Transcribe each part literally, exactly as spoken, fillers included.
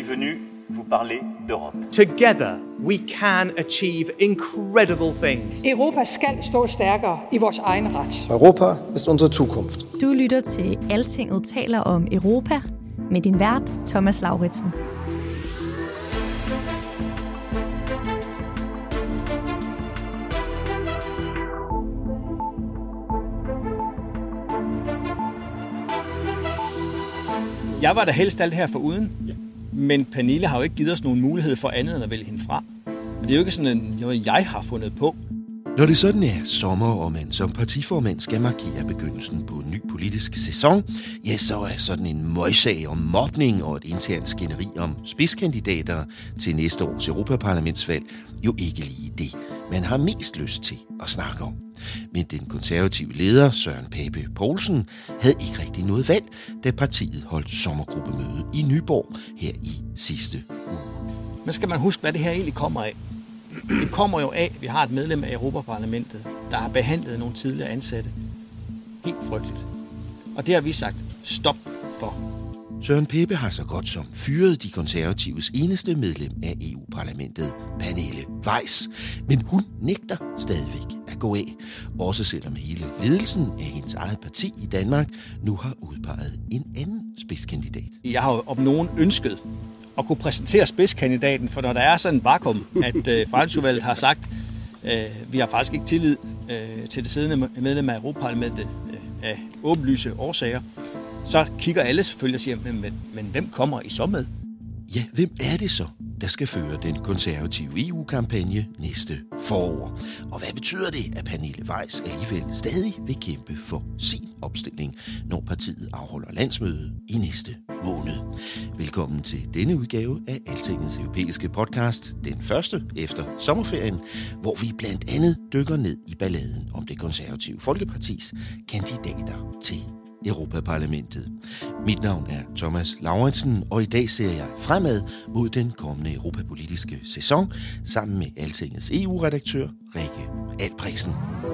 suis venu vous parler d'Europe. Together we can achieve incredible things. Europa skal stå stærkere i vores egen ret. Europa ist unsere Zukunft. Du lytter til Altinget taler om Europa med din vært Thomas Lauritsen. Jeg var da helst alt her foruden, ja. Men Pernille har jo ikke givet os nogen mulighed for andet end at vælge hende fra. Men det er jo ikke sådan noget, jeg har fundet på. Når det sådan er sommer, og man som partiformand skal markere begyndelsen på en ny politisk sæson, ja, så er sådan en møgssag om mobning og et internt skænderi om spidskandidater til næste års Europaparlamentsvalg jo ikke lige det, man har mest lyst til at snakke om. Men den konservative leder, Søren Pape Poulsen, havde ikke rigtig noget valg, da partiet holdt sommergruppemøde i Nyborg her i sidste uge. Men skal man huske, hvad det her egentlig kommer af? Det kommer jo af, at vi har et medlem af Europaparlamentet, der har behandlet nogle tidligere ansatte helt frygteligt. Og det har vi sagt stop for. Søren Pape har så godt som fyret de konservatives eneste medlem af E U-parlamentet, Pernille Weiss. Men hun nægter stadigvæk at gå af, også selvom hele ledelsen af hendes eget parti i Danmark nu har udpeget en anden spidskandidat. Jeg har jo om nogen ønsket at kunne præsentere spidskandidaten, for når der er sådan en vakuum, at øh, forhandlingsudvalget har sagt, øh, vi har faktisk ikke tillid øh, til det siddende medlem af Europaparlamentet øh, af åbenlyse årsager, så kigger alle selvfølgelig og siger, men, men, men hvem kommer I så med? Ja, hvem er det så, der skal føre den konservative E U-kampagne næste forår? Og hvad betyder det, at Pernille Weiss alligevel stadig vil kæmpe for sin opstilling, når partiet afholder landsmøde i næste måned? Velkommen til denne udgave af Altingets europæiske podcast, den første efter sommerferien, hvor vi blandt andet dykker ned i balladen om det konservative Folkepartis kandidater til Europaparlamentet. Mit navn er Thomas Lauritsen, og i dag ser jeg fremad mod den kommende europapolitiske sæson sammen med Altingets E U-redaktør Rikke Albrechtsen.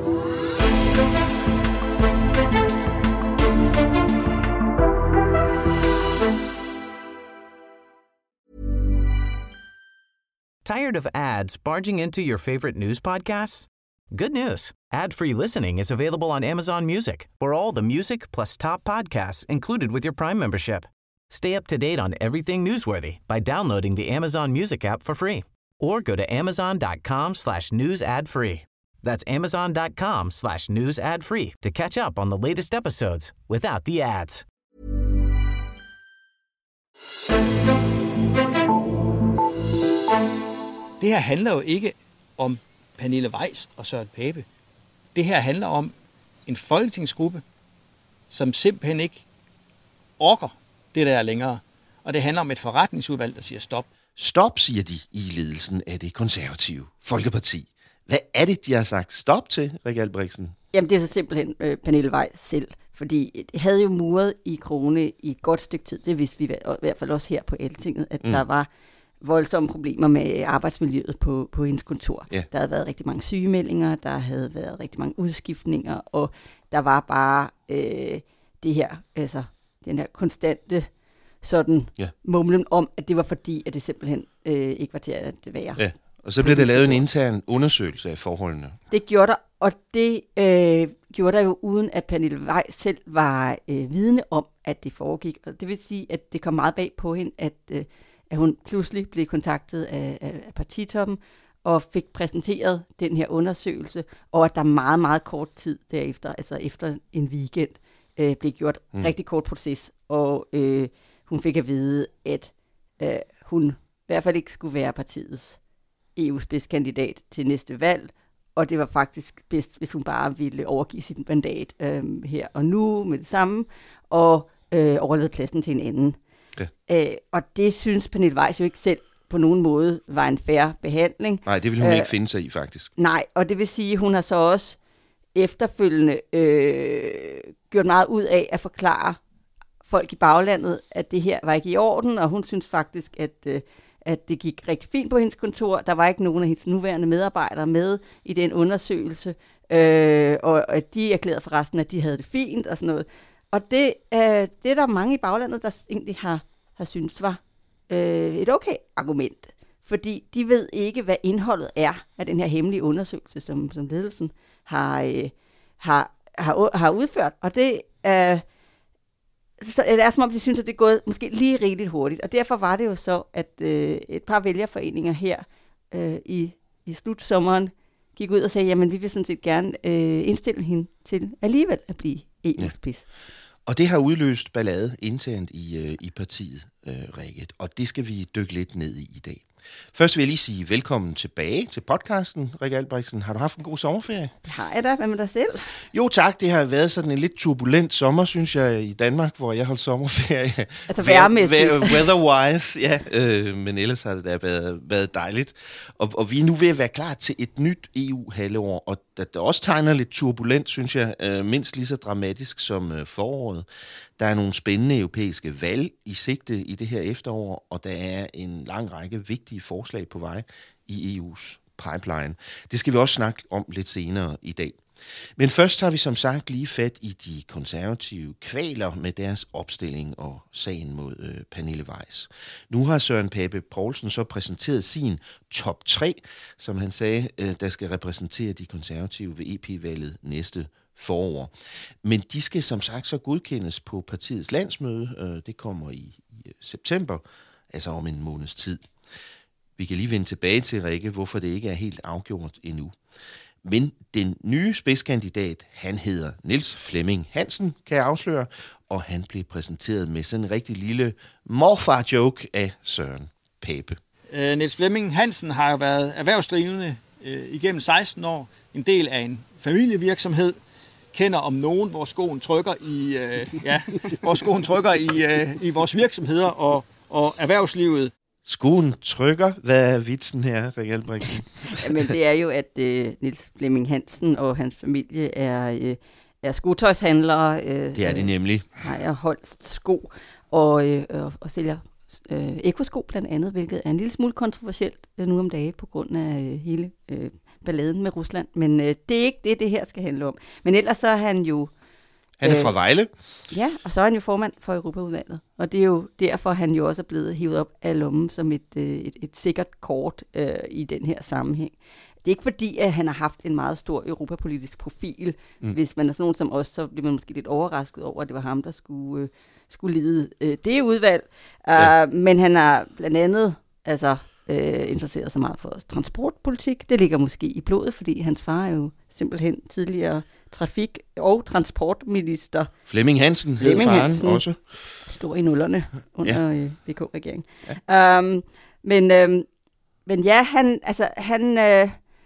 Tired of ads barging into your favorite news podcasts? Good news. Ad-free listening is available on Amazon Music for all the music plus top podcasts included with your Prime membership. Stay up to date on everything newsworthy by downloading the Amazon Music app for free or go to amazon.com slash news ad free. That's amazon.com slash news ad free to catch up on the latest episodes without the ads. Det her handler jo ikke om Pernille Weiss og Søren Pape. Det her handler om en folketingsgruppe, som simpelthen ikke orker det der længere. Og det handler om et forretningsudvalg, der siger stop. Stop, siger de i ledelsen af det konservative Folkeparti. Hvad er det, de har sagt stop til, Rikke Albrechtsen? Jamen, det er så simpelthen øh, Pernille Weiss selv. Fordi det havde jo muret i krone i et godt stykke tid. Det vidste vi i hvert fald også her på Altinget, at mm. der var voldsomme problemer med arbejdsmiljøet på, på hendes kontor. Yeah. Der havde været rigtig mange sygemeldinger, der havde været rigtig mange udskiftninger, og der var bare øh, det her, altså den her konstante sådan yeah. mumlen om, at det var fordi, at det simpelthen øh, ikke var til at være. Ja. Og så blev der lavet en intern undersøgelse af forholdene. Det gjorde der, og det øh, gjorde der jo uden, at Pernille Weiss selv var øh, vidne om, at det foregik. Og det vil sige, at det kom meget bag på hende, at øh, at hun pludselig blev kontaktet af, af partitoppen og fik præsenteret den her undersøgelse, og at der meget, meget kort tid derefter, altså efter en weekend, øh, blev gjort mm. rigtig kort proces, og øh, hun fik at vide, at øh, hun i hvert fald ikke skulle være partiets E U-spidskandidat til næste valg, og det var faktisk bedst, hvis hun bare ville overgive sit mandat øh, her og nu med det samme, og øh, overlade pladsen til en anden. Ja. Æ, og det synes Pernille Weiss jo ikke selv på nogen måde var en fair behandling. Nej, det vil hun Æ, ikke finde sig i, faktisk. Nej, og det vil sige, at hun har så også efterfølgende øh, gjort meget ud af at forklare folk i baglandet, at det her var ikke i orden, og hun synes faktisk, at, øh, at det gik rigtig fint på hendes kontor. Der var ikke nogen af hendes nuværende medarbejdere med i den undersøgelse, øh, og, og de erklærede forresten, at de havde det fint og sådan noget. Og det, øh, det er der mange i baglandet, der egentlig har, har syntes var øh, et okay argument, fordi de ved ikke, hvad indholdet er af den her hemmelige undersøgelse, som, som ledelsen har, øh, har, har, har udført. Og det er, så det er som om, de synes, at det er gået måske lige rigeligt hurtigt. Og derfor var det jo så, at øh, et par vælgerforeninger her øh, i, i slutsommeren gik ud og sagde, jamen vi vil sådan set gerne øh, indstille hende til alligevel at blive E U-spids. Ja. Og det har udløst ballade internt i, øh, i partiet, øh, Rikke, og det skal vi dykke lidt ned i i dag. Først vil jeg lige sige velkommen tilbage til podcasten, Rikke Albrechtsen. Har du haft en god sommerferie? Det har jeg da. Hvad med dig selv? Jo tak, det har været sådan en lidt turbulent sommer, synes jeg, i Danmark, hvor jeg holdt sommerferie. Altså værmæssigt. Weather-wise, ja. Øh, men ellers har det da været, været dejligt. Og, og vi er nu ved at være klar til et nyt E U-halvår, og der, der også tegner lidt turbulent, synes jeg, øh, mindst lige så dramatisk som øh, foråret. Der er nogle spændende europæiske valg i sigte i det her efterår, og der er en lang række vigtige forslag på vej i E U's pipeline. Det skal vi også snakke om lidt senere i dag. Men først har vi som sagt lige fat i de konservative kvaler med deres opstilling og sagen mod øh, Pernille Weiss. Nu har Søren Pape Poulsen så præsenteret sin top tre, som han sagde, øh, der skal repræsentere de konservative ved E P-valget næste forår. Men de skal som sagt så godkendes på partiets landsmøde. Det kommer i, i september, altså om en måneds tid. Vi kan lige vende tilbage til, Rikke, hvorfor det ikke er helt afgjort endnu. Men den nye spidskandidat, han hedder Niels Flemming Hansen, kan jeg afsløre, og han blev præsenteret med sådan en rigtig lille morfar-joke af Søren Pape. Øh, Niels Flemming Hansen har jo været erhvervsdrivende øh, igennem seksten år, en del af en familievirksomhed, kender om nogen, hvor skoen trykker i, øh, ja, hvor skoen trykker i, øh, i vores virksomheder og, og erhvervslivet. Skoen trykker? Hvad er vitsen her, Rikke Albrechtsen? Jamen det er jo, at øh, Niels Flemming Hansen og hans familie er, øh, er skotøjshandlere. Øh, det er det nemlig. Ejer Holst sko og, øh, og, og sælger øh, ekosko blandt andet, hvilket er en lille smule kontroversielt øh, nu om dagen på grund af øh, hele øh, balladen med Rusland. Men øh, det er ikke det, det her skal handle om. Men ellers så er han jo... Han er fra Vejle. Øh, ja, og så er han jo formand for Europaudvalget. Og det er jo derfor, han jo også er blevet hivet op af lommen som et, øh, et, et sikkert kort øh, i den her sammenhæng. Det er ikke fordi, at han har haft en meget stor europapolitisk profil. Mm. Hvis man er sådan nogen som os, så bliver man måske lidt overrasket over, at det var ham, der skulle, øh, skulle lede øh, det udvalg. Ja. Uh, men han har blandt andet altså, øh, interesseret sig meget for transportpolitik. Det ligger måske i blodet, fordi hans far er jo simpelthen tidligere trafik- og transportminister. Flemming Hansen hed faren Hansen, også. Stor i nullerne under ja. øh, V K-regeringen. Ja. Um, men, øh, men ja, han, altså, han øh,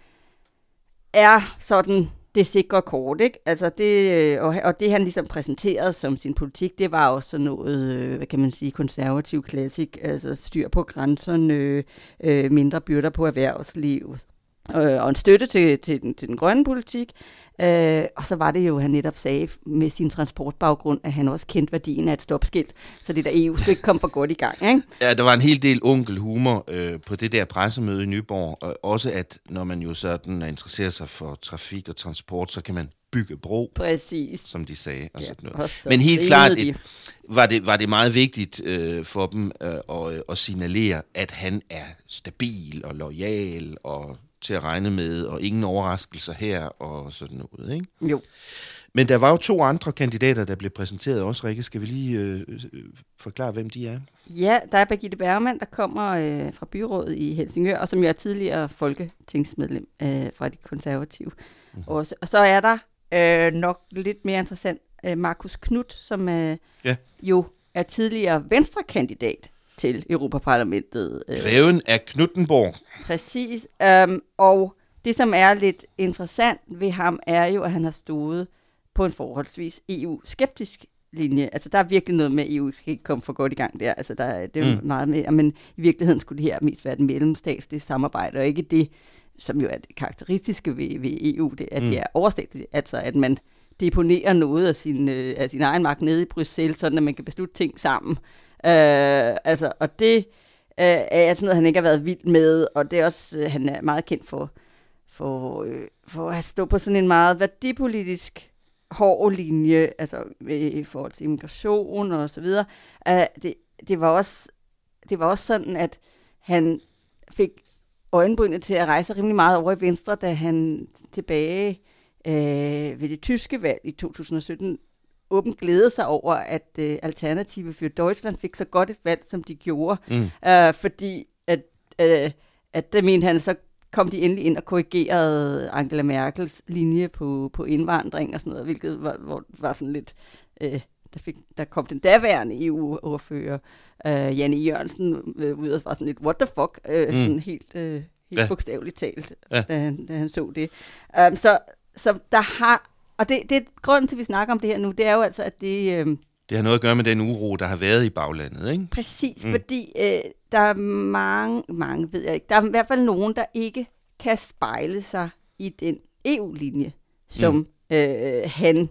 er sådan det sikre kort, ikke? Altså det, øh, og, og det han ligesom præsenterede som sin politik, det var også sådan noget, øh, hvad kan man sige, konservativ klassik, altså styr på grænserne, øh, mindre byrder på erhvervsliv, øh, og en støtte til, til, den, til den grønne politik. Øh, og så var det jo, han netop sagde med sin transportbaggrund, at han også kendte værdien af et stopskilt, så det der E U skulle ikke komme for godt i gang, ikke? Ja, der var en hel del onkelhumor øh, på det der pressemøde i Nyborg, og også at når man jo sådan interesserer sig for trafik og transport, så kan man bygge bro. Præcis. Som de sagde. Og ja, sådan noget. Men helt klart et, var, det, var det meget vigtigt øh, for dem øh, at, at signalere, at han er stabil og loyal og til at regne med, og ingen overraskelser her, og sådan noget, ikke? Jo. Men der var jo to andre kandidater, der blev præsenteret også, Rikke. Skal vi lige øh, forklare, hvem de er? Ja, der er Birgitte Bergman, der kommer øh, fra byrådet i Helsingør, og som jo er tidligere folketingsmedlem øh, fra de konservative. Mm-hmm. Også. Og så er der øh, nok lidt mere interessant øh, Markus Knudt, som øh, ja. jo er tidligere venstrekandidat til Europaparlamentet. Greven af Knuttenborg. Præcis. Um, og det, som er lidt interessant ved ham, er jo, at han har stået på en forholdsvis E U-skeptisk linje. Altså, der er virkelig noget med, at E U skal ikke komme for godt i gang der. Altså, der, det er jo mm. meget mere, men i virkeligheden skulle det her mest være den mellemstatslige samarbejde, og ikke det, som jo er det karakteristiske ved, ved E U, det, at mm. det er overstatsligt. Altså, at man deponerer noget af sin, øh, af sin egen magt nede i Bruxelles, sådan at man kan beslutte ting sammen. Øh, altså, og det øh, er sådan noget, han ikke har været vild med, og det er også, øh, han er meget kendt for, for, øh, for at stå på sådan en meget værdipolitisk hård linje, altså i forhold til immigration og så videre. Uh, det, det var også det var også sådan, at han fik øjenbrynene til at rejse rimelig meget over i Venstre, da han tilbage øh, ved det tyske valg i to tusind og sytten åbent glædede sig over, at øh, Alternative für Deutschland fik så godt et valg, som de gjorde. Mm. Øh, fordi at, øh, at der mente han, så kom de endelig ind og korrigerede Angela Merkels linje på, på indvandring og sådan noget, hvilket var, hvor, var sådan lidt... Øh, der, fik, der kom den daværende E U-ordfører, øh, Janne Jørgensen, øh, ud og var sådan lidt, what the fuck? Øh, mm. Sådan helt, øh, helt ja. bogstaveligt talt, ja. da, han, da han så det. Um, så, så der har... Og det, det grunden til, at vi snakker om det her nu, det er jo altså, at det... Øh, det har noget at gøre med den uro, der har været i baglandet, ikke? Præcis, mm. fordi øh, der er mange, mange ved jeg ikke, der er i hvert fald nogen, der ikke kan spejle sig i den E U-linje, som mm. øh, han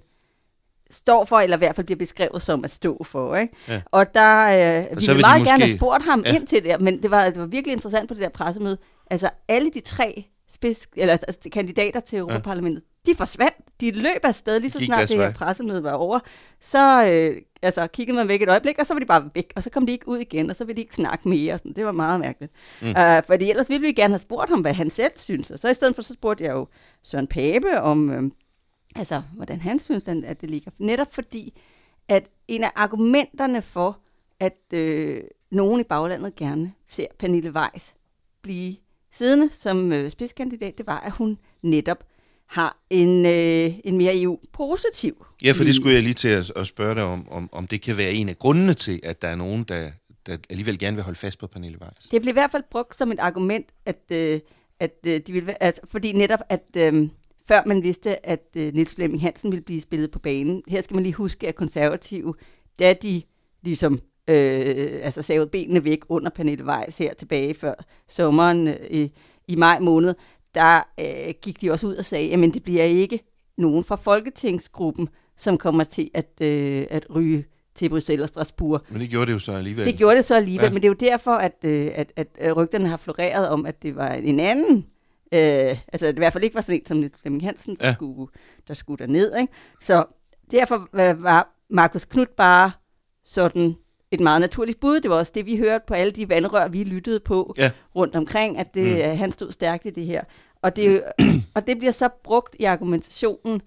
står for, eller i hvert fald bliver beskrevet som at stå for, ikke? Ja. Og der, øh, og vi ville meget måske... gerne have spurgt ham ja. ind til det, men det var, det var virkelig interessant på det der pressemøde. Altså alle de tre spids, eller, altså, kandidater til Europaparlamentet, ja. de forsvandt. De løb afsted lige så snart det her pressemøde var over. Så øh, altså, kiggede man væk et øjeblik, og så var de bare væk, og så kom de ikke ud igen, og så ville de ikke snakke mere. Og sådan. Det var meget mærkeligt. Mm. Uh, fordi ellers ville vi gerne have spurgt ham, hvad han selv synes. Og så i stedet for, så spurgte jeg jo Søren Pape om, øh, altså, hvordan han synes, at det ligger. Netop fordi, at en af argumenterne for, at øh, nogen i baglandet gerne ser Pernille Weiss blive siddende som øh, spidskandidat, det var, at hun netop har en, øh, en mere E U-positiv. Ja, for det skulle jeg lige til at, at spørge dig om, om, om det kan være en af grundene til, at der er nogen, der, der alligevel gerne vil holde fast på Pernille Weiss. Det bliver i hvert fald brugt som et argument, at, øh, at øh, de vil, at, fordi netop, at øh, før man vidste, at øh, Niels Flemming Hansen ville blive spillet på banen, her skal man lige huske, at konservative, da de ligesom øh, altså savede benene væk under Pernille Weiss her tilbage før sommeren øh, i, i maj måned, der øh, gik de også ud og sagde, jamen det bliver ikke nogen fra folketingsgruppen, som kommer til at, øh, at ryge til Bruxelles og Strasbourg. Men det gjorde det jo så alligevel. Det gjorde det så alligevel, ja. Men det er jo derfor, at, øh, at, at rygterne har floreret om, at det var en anden, øh, altså det i hvert fald ikke var sådan en som Niels Flemming Hansen, der, ja. skulle, der skulle derned. Ikke? Så derfor var Marcus Knuth bare sådan et meget naturligt bud. Det var også det, vi hørte på alle de vandrør, vi lyttede på ja. rundt omkring, at det, mm. han stod stærkt i det her. Og det, og det bliver så brugt i argumentationen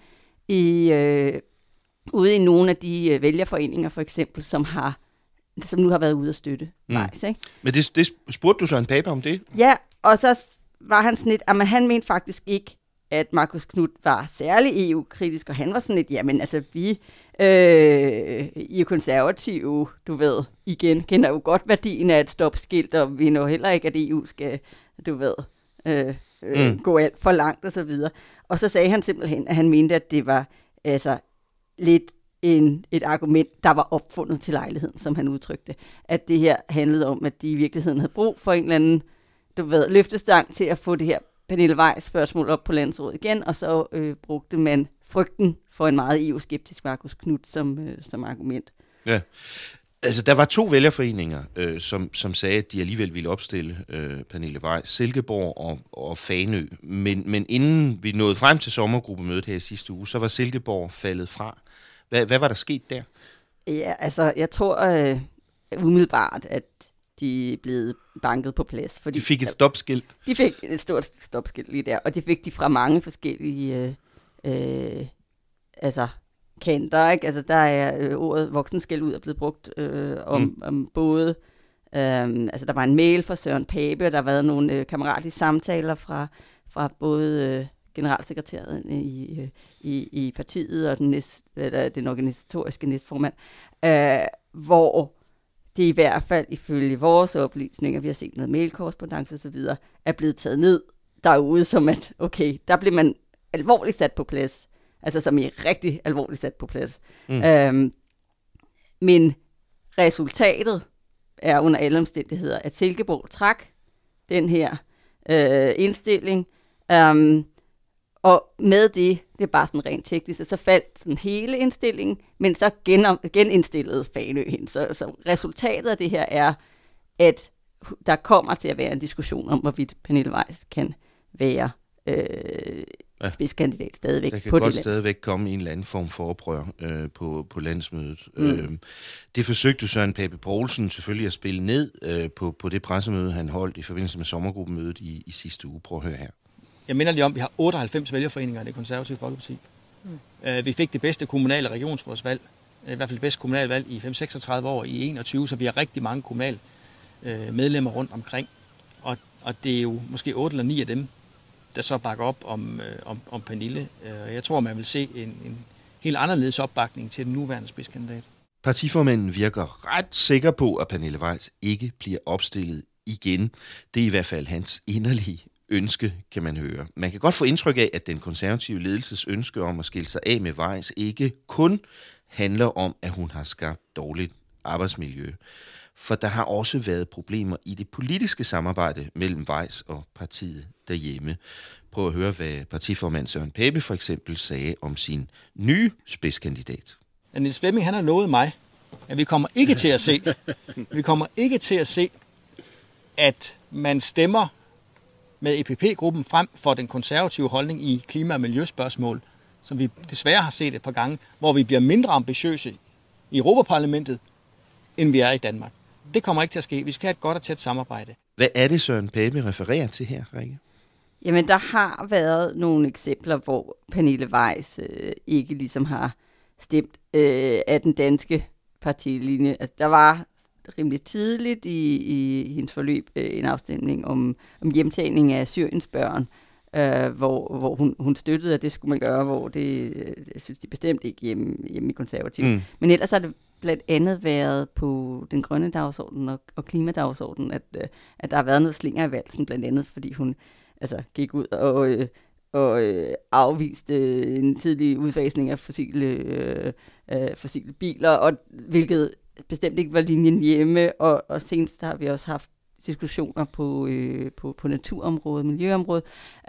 i, øh, ude i nogle af de øh, vælgerforeninger, for eksempel, som har som nu har været ude at støtte mm. Weiss, ikke? Men det, det spurgte du så en Pape om det? Ja, og så var han sådan lidt, at han mente faktisk ikke, at Marcus Knuth var særlig E U-kritisk, og han var sådan lidt, jamen altså vi øh, i konservative, du ved, igen, kender jo godt værdien af et stopskilt, og vi når heller ikke, at E U skal, du ved, øh, øh, mm. gå alt for langt og så videre. Og så sagde han simpelthen, at han mente, at det var altså lidt en, et argument, der var opfundet til lejligheden, som han udtrykte. At det her handlede om, at de i virkeligheden havde brug for en eller anden, du ved, løftestang til at få det her Pernille Weiss spørgsmål op på landsrådet igen, og så øh, brugte man frygten for en meget E U-skeptisk Marcus Knuth som, øh, som argument. Ja, altså der var to vælgerforeninger, øh, som, som sagde, at de alligevel ville opstille øh, Pernille Weiss, Silkeborg og, og Fanø. Men, men inden vi nåede frem til sommergruppemødet her i sidste uge, så var Silkeborg faldet fra. Hvad, hvad var der sket der? Ja, altså jeg tror øh, umiddelbart, at de er blevet banket på plads. Fordi de fik et stopskilt? De fik et stort stopskilt lige der, og det fik de fra mange forskellige øh, øh, altså kanter, ikke? Altså der er øh, ordet voksenskæld ud er blevet brugt øh, om, mm. om både, øh, altså der var en mail fra Søren Pape, og der har været nogle øh, kammeratlige samtaler fra, fra både øh, generalsekretæren i, øh, i, i partiet og den, næst, eller, den organisatoriske næstformand, øh, hvor det i hvert fald ifølge vores oplysninger, vi har set noget mailkorrespondance og så videre, er blevet taget ned derude, som at, okay, der blev man alvorligt sat på plads. Altså som i rigtig alvorligt sat på plads. Mm. Øhm, men resultatet er under alle omstændigheder, at Silkeborg trak den her øh, indstilling, øhm, og med det, det er bare sådan rent teknisk, så faldt sådan hele indstillingen, men så gen, genindstillede Fanø hende. Så, så resultatet af det her er, at der kommer til at være en diskussion om, hvorvidt Pernille Weiss kan være øh, ja. spidskandidat stadigvæk. Der kan på godt det stadigvæk komme en eller anden form for oprør øh, på, på landsmødet. Mm. Øh, det forsøgte Søren Pape Poulsen selvfølgelig at spille ned øh, på, på det pressemøde, han holdt i forbindelse med sommergruppemødet i, i sidste uge. Prøv at høre her. Jeg minder lige om, at vi har otteoghalvfems vælgerforeninger i Det Konservative Folkeparti. Mm. Øh, vi fik det bedste kommunale regionsrådsvalg, i hvert fald det bedste kommunale valg i fem seksogtredive år i enogtyve, så vi har rigtig mange kommunale øh, medlemmer rundt omkring. Og, og det er jo måske otte eller ni af dem, der så bakker op om, øh, om, om Pernille. Øh, jeg tror, man vil se en, en helt anderledes opbakning til den nuværende spidskandidat. Partiformanden virker ret sikker på, at Pernille Weiss ikke bliver opstillet igen. Det er i hvert fald hans inderlige ønske, kan man høre. Man kan godt få indtryk af, at den konservative ledelses ønske om at skille sig af med Weiss ikke kun handler om, at hun har skabt dårligt arbejdsmiljø. For der har også været problemer i det politiske samarbejde mellem Weiss og partiet derhjemme. Prøv at høre, hvad partiformand Søren Pape for eksempel sagde om sin nye spidskandidat. Niels Flemming, han har lovet mig, at vi kommer ikke til at se, vi kommer ikke til at se, at man stemmer med E P P-gruppen frem for den konservative holdning i klima- og miljøspørgsmål, som vi desværre har set et par gange, hvor vi bliver mindre ambitiøse i Europaparlamentet, end vi er i Danmark. Det kommer ikke til at ske. Vi skal have et godt og tæt samarbejde. Hvad er det, Søren Pape refererer til her, Rikke? Jamen, der har været nogle eksempler, hvor Pernille Weiss øh, ikke ligesom har stemt øh, af den danske partilinje. Altså, der var rimelig tidligt i, i hendes forløb øh, en afstemning om, om hjemtagning af Syriens børn, øh, hvor, hvor hun, hun støttede, at det skulle man gøre, hvor det øh, jeg synes de bestemt ikke hjemme, hjemme i konservativt. Mm. Men ellers har det blandt andet været på den grønne dagsorden og, og klimadagsordenen, at, øh, at der har været noget slinger i valsen, blandt andet fordi hun altså, gik ud og, øh, og øh, afviste en tidlig udfasning af fossile, øh, øh, fossile biler, og hvilket bestemt ikke var linjen hjemme, og, og senest har vi også haft diskussioner på, øh, på, på naturområdet, miljøområdet,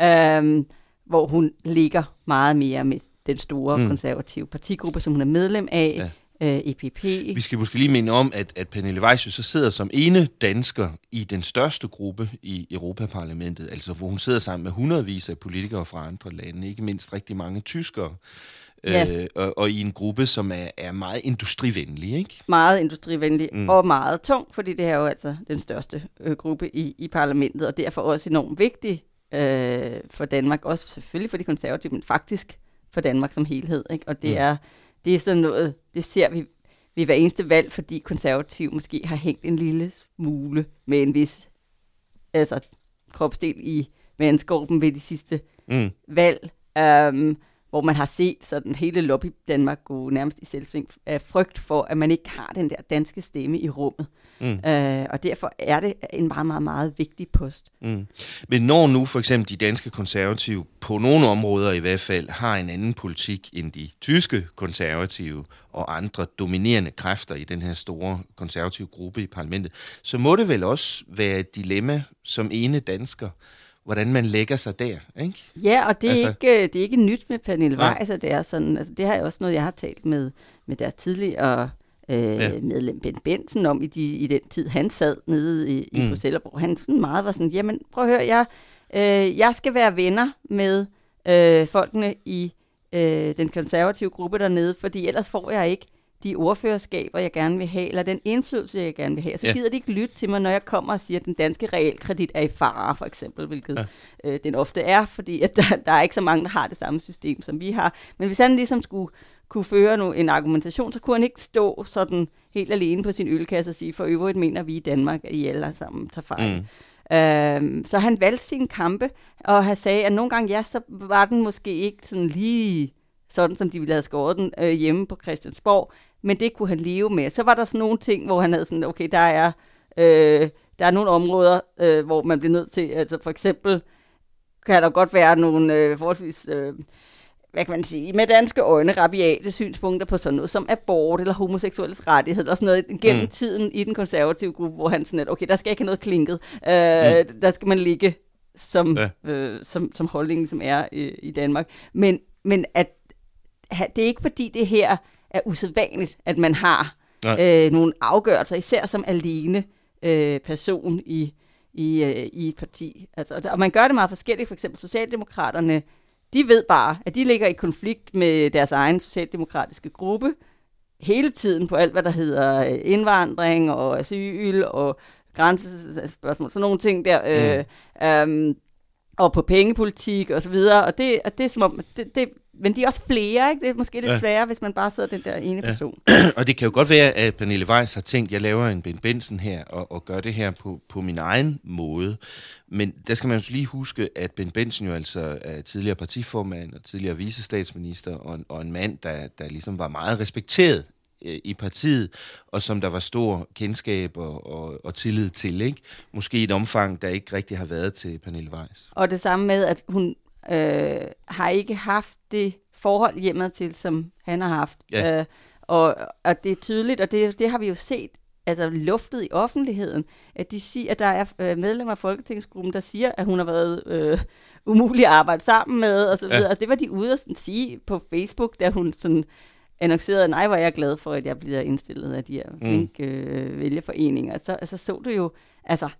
øh, hvor hun ligger meget mere med den store mm. konservative partigruppe, som hun er medlem af, ja. øh, E P P. Vi skal måske lige minde om, at, at Pernille Weiss jo så sidder som ene dansker i den største gruppe i Europaparlamentet, altså hvor hun sidder sammen med hundredvis af politikere fra andre lande, ikke mindst rigtig mange tyskere. Ja. Øh, og, og i en gruppe, som er, er meget industrivenlig, ikke? Meget industrivenlig mm. og meget tung, fordi det er jo altså den største øh, gruppe i, i parlamentet, og derfor også enormt vigtig øh, for Danmark, også selvfølgelig for de konservative, men faktisk for Danmark som helhed, ikke? Og det, mm. er, det er sådan noget, det ser vi ved hver eneste valg, fordi konservative måske har hængt en lille smule med en vis altså, kropsdel i vandskorpen ved de sidste mm. valg. Um, hvor man har set sådan hele lobby Danmark gå nærmest i selvsving af frygt for, at man ikke har den der danske stemme i rummet. Mm. Øh, og derfor er det en meget, meget, meget vigtig post. Mm. Men når nu for eksempel de danske konservative, på nogle områder i hvert fald, har en anden politik end de tyske konservative og andre dominerende kræfter i den her store konservative gruppe i parlamentet, så må det vel også være et dilemma som ene dansker, hvordan man lægger sig der, ikke? Ja, og det er, altså, ikke, det er ikke nyt med Pernille Weiss, altså, det er sådan, altså, det har jeg også noget, jeg har talt med, med deres tidligere øh, ja. medlem Ben Benson om i, de, i den tid, han sad nede i, i mm. Bruxelles, hvor han sådan meget var sådan, jamen prøv at høre, jeg, øh, jeg skal være venner med øh, folkene i øh, den konservative gruppe dernede, fordi ellers får jeg ikke de ordførerskaber, jeg gerne vil have, eller den indflydelse, jeg gerne vil have. Så ja. gider de ikke lytte til mig, når jeg kommer og siger, at den danske realkredit er i fare, for eksempel, hvilket ja. øh, den ofte er, fordi at der, der er ikke så mange, der har det samme system, som vi har. Men hvis han ligesom skulle kunne føre nu en argumentation, så kunne han ikke stå sådan helt alene på sin ølkasse og sige, for øvrigt mener vi i Danmark, at I alle sammen tager fejl. Mm. Øhm, så han valgte sine kampe, og han sagde, at nogle gange, ja, så var den måske ikke sådan lige sådan, som de ville have skåret den øh, hjemme på Christiansborg, men det kunne han leve med. Så var der sådan nogle ting, hvor han havde sådan, okay, der er, øh, der er nogle områder, øh, hvor man bliver nødt til, altså for eksempel, kan der godt være nogle øh, forholdsvis, øh, hvad kan man sige, med danske øjne, rabiate synspunkter på sådan noget som abort eller homoseksuelles rettigheder og sådan noget gennem mm. tiden i den konservative gruppe, hvor han sådan, at okay, der skal ikke have noget klinket. Øh, mm. Der skal man ligge som, ja. øh, som, som holdningen, som er øh, i Danmark. Men, men at det er ikke fordi det her er usædvanligt, at man har øh, nogle afgørelser, især som alene øh, person i, i, øh, i et parti. Altså, og man gør det meget forskelligt. For eksempel Socialdemokraterne De ved bare, at de ligger i konflikt med deres egen socialdemokratiske gruppe hele tiden på alt, hvad der hedder indvandring og asyl og grænsespørgsmål, sådan nogle ting der, mm. øh, øhm, og på pengepolitik og så videre, og det, og det er som om, det, det, men de er også flere, ikke? Det er måske lidt ja. sværere, hvis man bare sidder den der ene ja. person. Og det kan jo godt være, at Pernille Weiss har tænkt, at jeg laver en Ben Bendtsen her, og, og gør det her på, på min egen måde. Men der skal man jo lige huske, at Ben Bendtsen jo altså er tidligere partiformand og tidligere vicestatsminister, og, og en mand, der, der ligesom var meget respekteret i partiet, og som der var stor kendskab og, og, og tillid til, ikke? Måske i et omfang, der ikke rigtig har været til Pernille Weiss. Og det samme med, at hun øh, har ikke haft det forhold hjemme til, som han har haft. Ja. Øh, og, og det er tydeligt, og det, det har vi jo set, altså luftet i offentligheden, at de siger, at der er øh, medlemmer af Folketingsgruppen, der siger, at hun har været øh, umulig at arbejde sammen med, og så videre. Ja. Og det var de ude at sådan sige på Facebook, da hun sådan annoncerede, nej, hvor er jeg glad for, at jeg bliver indstillet af de her flinke øh, vælgerforeninger. Så altså, så du jo altså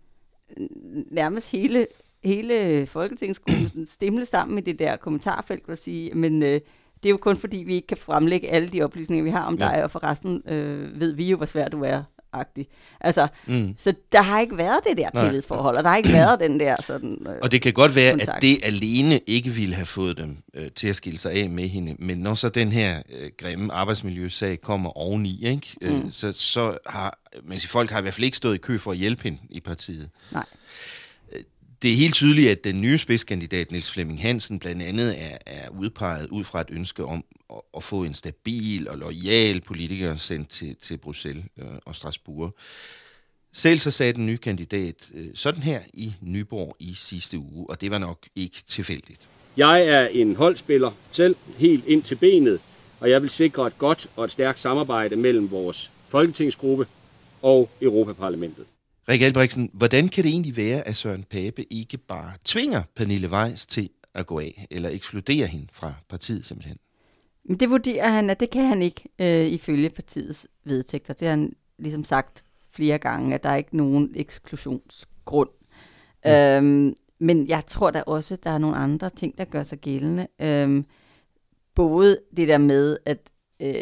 nærmest hele, hele Folketingsgruppen stemle sammen med det der kommentarfelt og sige, men øh, det er jo kun fordi, vi ikke kan fremlægge alle de oplysninger, vi har om ja. dig, og forresten øh, ved vi jo, hvor svært du er. Altså, mm. så der har ikke været det der tillidsforhold, og der har ikke været den der sådan øh, og det kan godt være, kontakt. At det alene ikke ville have fået dem øh, til at skille sig af med hende, men når så den her øh, grimme arbejdsmiljøsag kommer oveni, ikke? Øh, mm. så, så har, men folk har i hvert fald ikke stået i kø for at hjælpe hende i partiet. Nej. Det er helt tydeligt, at den nye spidskandidat, Niels Flemming Hansen, blandt andet er, er udpeget ud fra et ønske om at, at få en stabil og loyal politiker sendt til, til Bruxelles øh, og Strasbourg. Selv så sagde den nye kandidat øh, sådan her i Nyborg i sidste uge, og det var nok ikke tilfældigt. Jeg er en holdspiller selv, helt ind til benet, og jeg vil sikre et godt og et stærkt samarbejde mellem vores folketingsgruppe og Europaparlamentet. Rikke Albrechtsen, hvordan kan det egentlig være, at Søren Pape ikke bare tvinger Pernille Weiss til at gå af, eller ekskludere hende fra partiet simpelthen? Det vurderer han, at det kan han ikke øh, ifølge partiets vedtægter. Det har han ligesom sagt flere gange, at der er ikke nogen eksklusionsgrund. Mm. Øhm, men jeg tror da også, at der er nogle andre ting, der gør sig gældende. Øhm, både det der med, at, øh,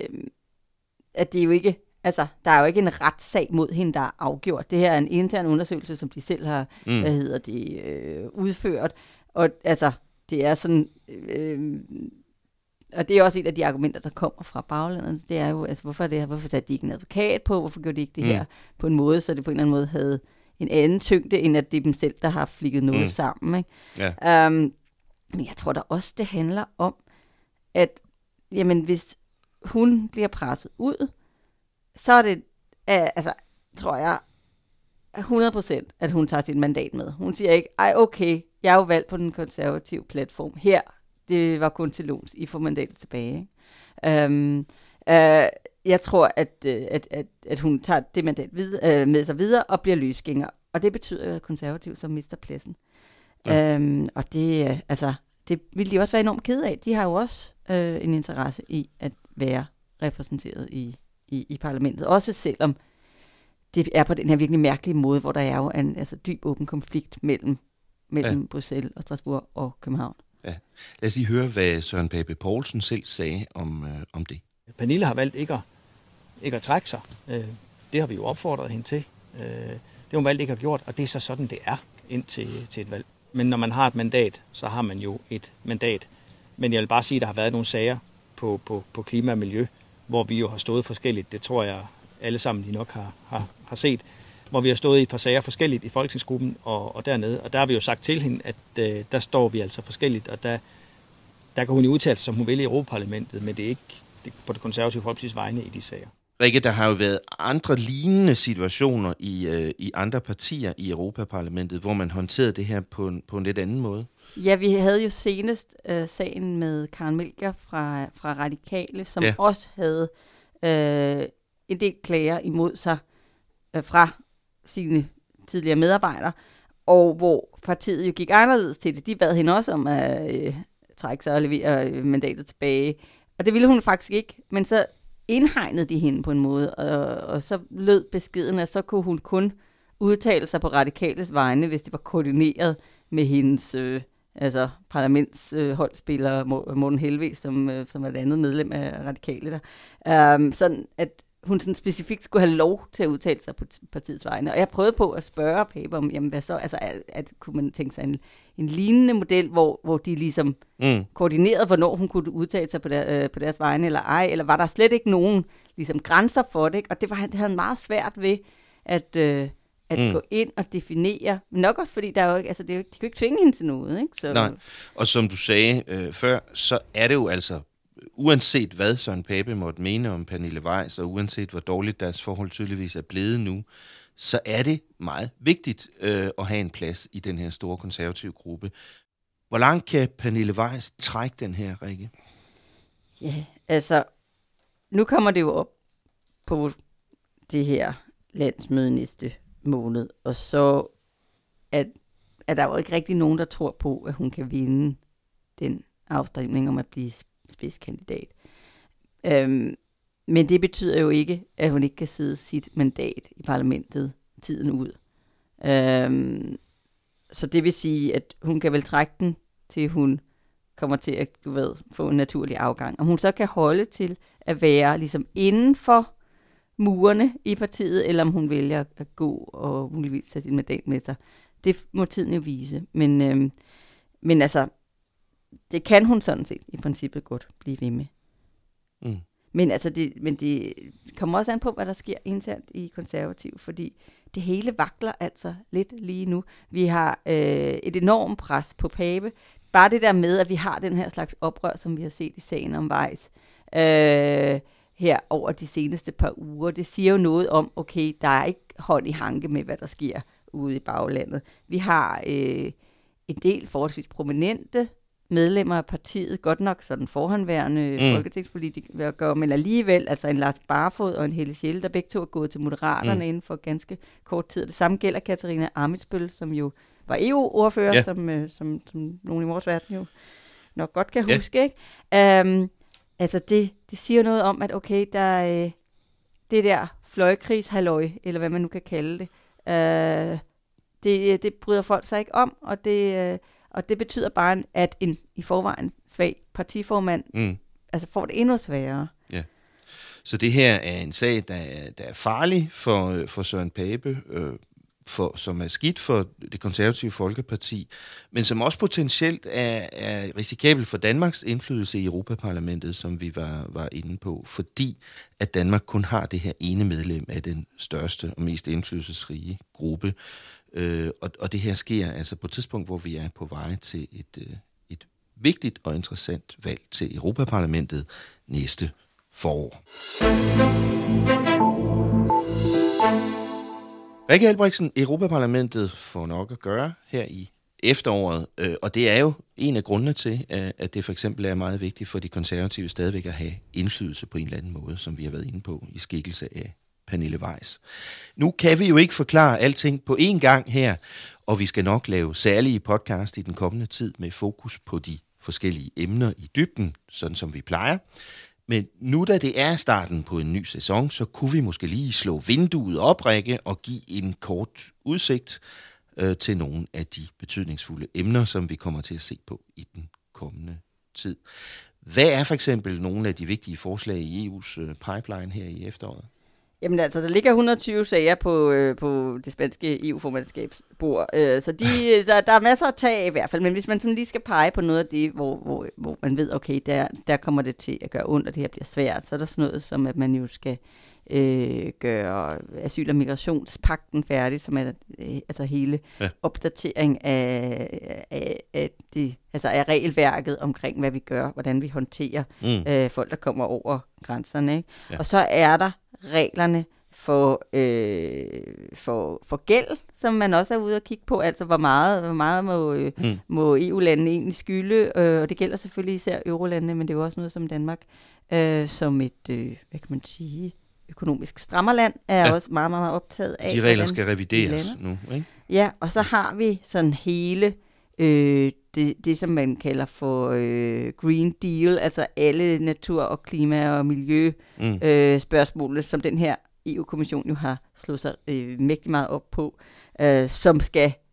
at det jo ikke... Altså, der er jo ikke en retssag mod hende, der er afgjort. Det her er en intern undersøgelse, som de selv har, mm. hvad hedder det, øh, udført. Og altså, det er sådan... Øh, og det er også et af de argumenter, der kommer fra baglandet. Det er jo, altså, hvorfor er det her? Hvorfor satte de ikke en advokat på? Hvorfor gjorde de ikke det mm. her på en måde, så det på en eller anden måde havde en anden tyngde, end at det er dem selv, der har flikket noget mm. sammen, ikke? Ja. Um, men jeg tror da også, det handler om, at jamen, hvis hun bliver presset ud, så er det, altså, tror jeg, hundrede procent, at hun tager sit mandat med. Hun siger ikke, ej okay, jeg er jo valgt på den konservative platform. Her, det var kun til låns, I får mandatet tilbage. Um, uh, jeg tror, at, at, at, at hun tager det mandat videre, uh, med sig videre og bliver løsgænger. Og det betyder, at konservative så mister pladsen. Ja. Um, og det, uh, altså, det vil de også være enormt kede af. De har jo også uh, en interesse i at være repræsenteret i I, i parlamentet, også selvom det er på den her virkelig mærkelige måde, hvor der er jo en altså, dyb åben konflikt mellem, mellem ja. Bruxelles og Strasbourg og København. Ja. Lad os lige høre, hvad Søren Pape Poulsen selv sagde om, øh, om det. Pernille har valgt ikke at, ikke at trække sig. Øh, det har vi jo opfordret hende til. Øh, det har hun valgt ikke at have gjort, og det er så sådan, det er indtil til et valg. Men når man har et mandat, så har man jo et mandat. Men jeg vil bare sige, at der har været nogle sager på, på, på klima og miljø, hvor vi jo har stået forskelligt. Det tror jeg alle sammen lige nok har, har, har set. Hvor vi har stået i et par sager forskelligt i folketingsgruppen og, og dernede. Og der har vi jo sagt til hende, at øh, der står vi altså forskelligt. Og der, der kan hun jo udtale sig, som hun vil i Europaparlamentet, men det er ikke det, på det konservative folkepartis vegne i de sager. Rikke, der har jo været andre lignende situationer i, øh, i andre partier i Europaparlamentet, hvor man håndterede det her på en, på en lidt anden måde. Ja, vi havde jo senest øh, sagen med Karen Melchior fra, fra Radikale, som ja. også havde øh, en del klager imod sig øh, fra sine tidligere medarbejdere, og hvor partiet jo gik anderledes til det. De bad hende også om at øh, trække sig og levere øh, mandatet tilbage, og det ville hun faktisk ikke, men så indhegnede de hende på en måde, og, og så lød beskeden, at så kunne hun kun udtale sig på Radikales vegne, hvis det var koordineret med hendes... Øh, altså parlamentsholdspiller øh, Morten Helveg, som, øh, som er et andet medlem af Radikale der. Um, sådan at hun sådan specifikt skulle have lov til at udtale sig på partiets vegne. Og jeg prøvede på at spørge Pape om, jamen hvad så, altså at, at kunne man tænke sig en, en lignende model, hvor, hvor de ligesom mm. koordinerede, hvornår hun kunne udtale sig på, der, øh, på deres vegne eller ej, eller var der slet ikke nogen ligesom grænser for det, ikke? Og det, var, det havde han meget svært ved at, øh, at mm. gå ind og definere, men nok også fordi, der er jo, altså, det er jo, de kan jo ikke tvinge hende til noget. Ikke? Så, Nej, og som du sagde øh, før, så er det jo altså, uanset hvad Søren Pape måtte mene om Pernille Weiss, og uanset hvor dårligt deres forhold tydeligvis er blevet nu, så er det meget vigtigt øh, at have en plads i den her store konservative gruppe. Hvor langt kan Pernille Weiss trække den her, Rikke? Ja, altså, nu kommer det jo op på det her landsmøde næste måned, og så er, er der jo ikke rigtig nogen, der tror på, at hun kan vinde den afstemning om at blive spidskandidat. Øhm, men det betyder jo ikke, at hun ikke kan sidde sit mandat i parlamentet tiden ud. Øhm, så det vil sige, at hun kan vel trække den, til hun kommer til at du ved, få en naturlig afgang. Om hun så kan holde til at være ligesom inden for murene i partiet, eller om hun vælger at gå og muligvis tage sin mandat med sig. Det må tiden jo vise. Men, øhm, men altså, det kan hun sådan set i princippet godt blive ved med. Mm. Men, altså det, men det kommer også an på, hvad der sker internt i konservativ, fordi det hele vakler altså lidt lige nu. Vi har øh, et enormt pres på Pape. Bare det der med, at vi har den her slags oprør, som vi har set i sagen om Weiss, øh, her over de seneste par uger, det siger jo noget om, okay, der er ikke hånd i hanke med, hvad der sker ude i baglandet. Vi har øh, en del forholdsvis prominente medlemmer af partiet, godt nok sådan forhåndværende mm. folketingspolitikere, men alligevel, altså en Lars Barfod og en Helle Schelle, der begge to er gået til Moderaterne mm. inden for ganske kort tid. Det samme gælder Katarina Ammitzbøll, som jo var E U-ordfører, ja. som, øh, som, som nogen i vores verden jo nok godt kan huske. Ja. Ikke? Um, altså det, det siger noget om, at okay, der øh, det der fløjkrigshalløj, eller hvad man nu kan kalde det, øh, det, det bryder folk sig ikke om, og det... Øh, Og det betyder bare, at en i forvejen svag partiformand mm. altså får det endnu sværere. Ja. Så det her er en sag, der er, der er farlig for, for Søren Pape, øh, for, som er skidt for det konservative Folkeparti, men som også potentielt er, er risikabel for Danmarks indflydelse i Europaparlamentet, som vi var, var inde på, fordi at Danmark kun har det her ene medlem af den største og mest indflydelsesrige gruppe. Øh, og, og det her sker altså på et tidspunkt, hvor vi er på vej til et, øh, et vigtigt og interessant valg til Europaparlamentet næste forår. Rikke Albrechtsen, Europaparlamentet får nok at gøre her i efteråret, øh, og det er jo en af grundene til, at det for eksempel er meget vigtigt for de konservative stadigvæk at have indflydelse på en eller anden måde, som vi har været inde på i skikkelse af Pernille Weiss. Nu kan vi jo ikke forklare alting på én gang her, og vi skal nok lave særlige podcast i den kommende tid med fokus på de forskellige emner i dybden, sådan som vi plejer. Men nu da det er starten på en ny sæson, så kunne vi måske lige slå vinduet op, Rikke, og give en kort udsigt øh, til nogle af de betydningsfulde emner, som vi kommer til at se på i den kommende tid. Hvad er for eksempel nogle af de vigtige forslag i E U's øh, pipeline her i efteråret? Jamen altså, der ligger et hundrede og tyve sager på, øh, på det spanske E U-formandskabsbord, øh, så de, der, der er masser at tage af i hvert fald, men hvis man sådan lige skal pege på noget af det, hvor, hvor, hvor man ved, okay, der, der kommer det til at gøre ondt, og det her bliver svært, så er der sådan noget som, at man jo skal øh, gøre asyl- og migrationspagten færdig, som er øh, altså hele ja. opdatering af, af, af, det, altså af regelværket omkring, hvad vi gør, hvordan vi håndterer mm. øh, folk, der kommer over grænserne. Ikke? Ja. Og så er der reglerne for, øh, for, for gæld, som man også er ude at kigge på, altså hvor meget, hvor meget må, øh, mm. må E U-landene egentlig skylde, øh, og det gælder selvfølgelig især eurolandene, men det er jo også noget som Danmark, øh, som et, øh, hvad kan man sige, økonomisk strammerland, er ja. også meget, meget optaget af. De regler skal revideres nu, ikke? Ja, og så har vi sådan hele øh, det, det, som man kalder for øh, Green Deal, altså alle natur- og klima- og miljøspørgsmål, mm. øh, som den her E U-kommission jo har slået sig øh, mægtig meget op på, øh, som skal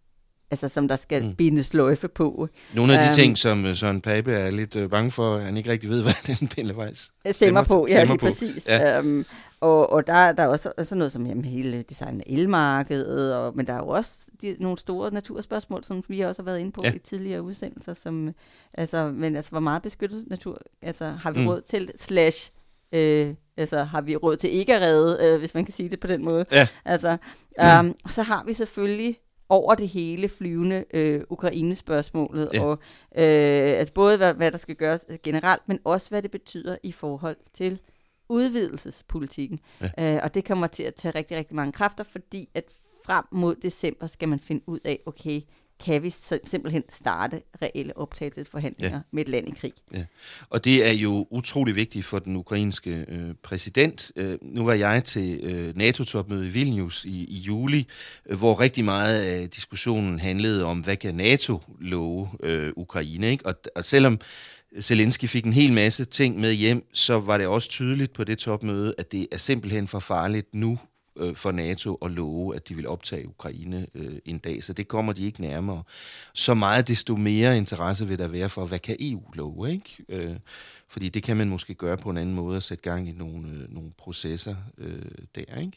altså, som der skal mm. bindes sløjfe på. Nogle af de um, ting, som Søren Pape er lidt øh, bange for, han ikke rigtig ved, hvad den Pennevejs stemmer, stemmer på. Ja, lige på. Præcis. Ja. Um, og, og der, der er også sådan noget som jamen, hele designet af elmarkedet, og, men der er jo også de, nogle store naturspørgsmål, som vi også har været inde på ja. i tidligere udsendelser, som, altså, men altså, hvor meget beskyttet natur, altså, har vi mm. råd til, slash, øh, altså, har vi råd til ikke at redde, øh, hvis man kan sige det på den måde. Ja. Altså, um, og så har vi selvfølgelig over det hele flyvende øh, Ukraine-spørgsmålet, ja. og øh, altså både hvad, hvad der skal gøres generelt, men også hvad det betyder i forhold til udvidelsespolitikken. Ja. Øh, og det kommer til at tage rigtig, rigtig mange kræfter, fordi at frem mod december skal man finde ud af, okay, kan vi simpelthen starte reelle optagelsesforhandlinger ja. med et land i krig. Ja. Og det er jo utrolig vigtigt for den ukrainske øh, præsident. Øh, nu var jeg til øh, NATO-topmødet i Vilnius i, i juli, øh, hvor rigtig meget af diskussionen handlede om, hvad kan NATO love øh, Ukraine, ikke? Og, og selvom Zelensky fik en hel masse ting med hjem, så var det også tydeligt på det topmøde, at det er simpelthen for farligt nu øh, for NATO at love, at de vil optage Ukraine øh, en dag. Så det kommer de ikke nærmere. Så meget desto mere interesse vil der være for, hvad kan E U love, ikke? Øh, fordi det kan man måske gøre på en anden måde, at sætte gang i nogle, øh, nogle processer øh, der, ikke?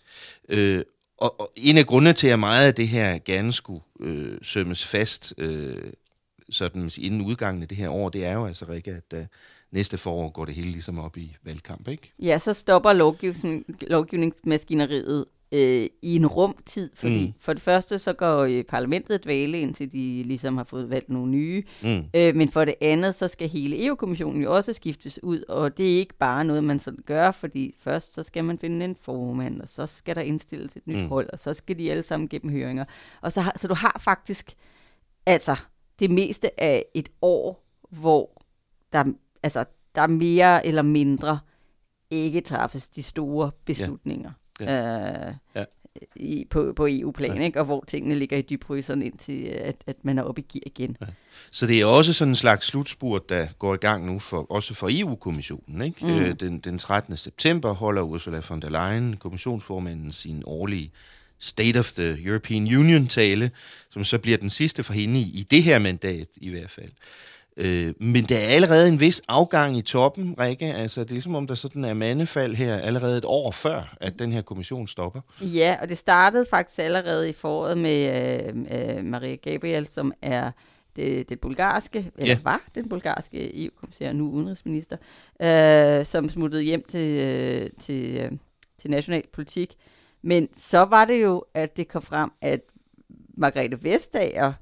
Øh, og, og en af grundene til, at meget af det her gerne skulle øh, sømmes fast øh, sådan inden udgangen af det her år, det er jo altså, Rikke, at uh, næste forår går det hele ligesom op i valgkamp, ikke? Ja, så stopper lovgivning, lovgivningsmaskineriet øh, i en rumtid, fordi mm. for det første, så går øh, parlamentet et dvale, indtil de ligesom har fået valgt nogle nye, mm. øh, men for det andet, så skal hele E U-kommissionen jo også skiftes ud, og det er ikke bare noget, man sådan gør, fordi først så skal man finde en formand, og så skal der indstilles et nyt mm. hold, og så skal de alle sammen gennem høringer, og så, har, så du har faktisk, altså, det meste af et år, hvor der, altså, der er mere eller mindre ikke træffes de store beslutninger ja. Ja. Øh, ja. I, på, på E U-plan, ja. ikke? Og hvor tingene ligger i dybfryseren indtil at, at man er oppe i gear igen. Ja. Så det er også sådan en slags slutspurt, der går i gang nu, for, også for E U-kommissionen. Ikke? Mm. Øh, den, den trettende september holder Ursula von der Leyen, kommissionsformanden, sin årlige State of the European Union-tale, som så bliver den sidste for hende i, i det her mandat i hvert fald. Øh, men der er allerede en vis afgang i toppen, Rikke. Altså, det er som om, der sådan er mandefald her allerede et år før, at den her kommission stopper. Ja, og det startede faktisk allerede i foråret med øh, øh, Maria Gabriel, som er det, det bulgarske, eller ja. var den bulgarske E U-kommissær, nu udenrigsminister, øh, som smuttede hjem til, øh, til, øh, til national politik. Men så var det jo, at det kom frem, at Margrethe Vestager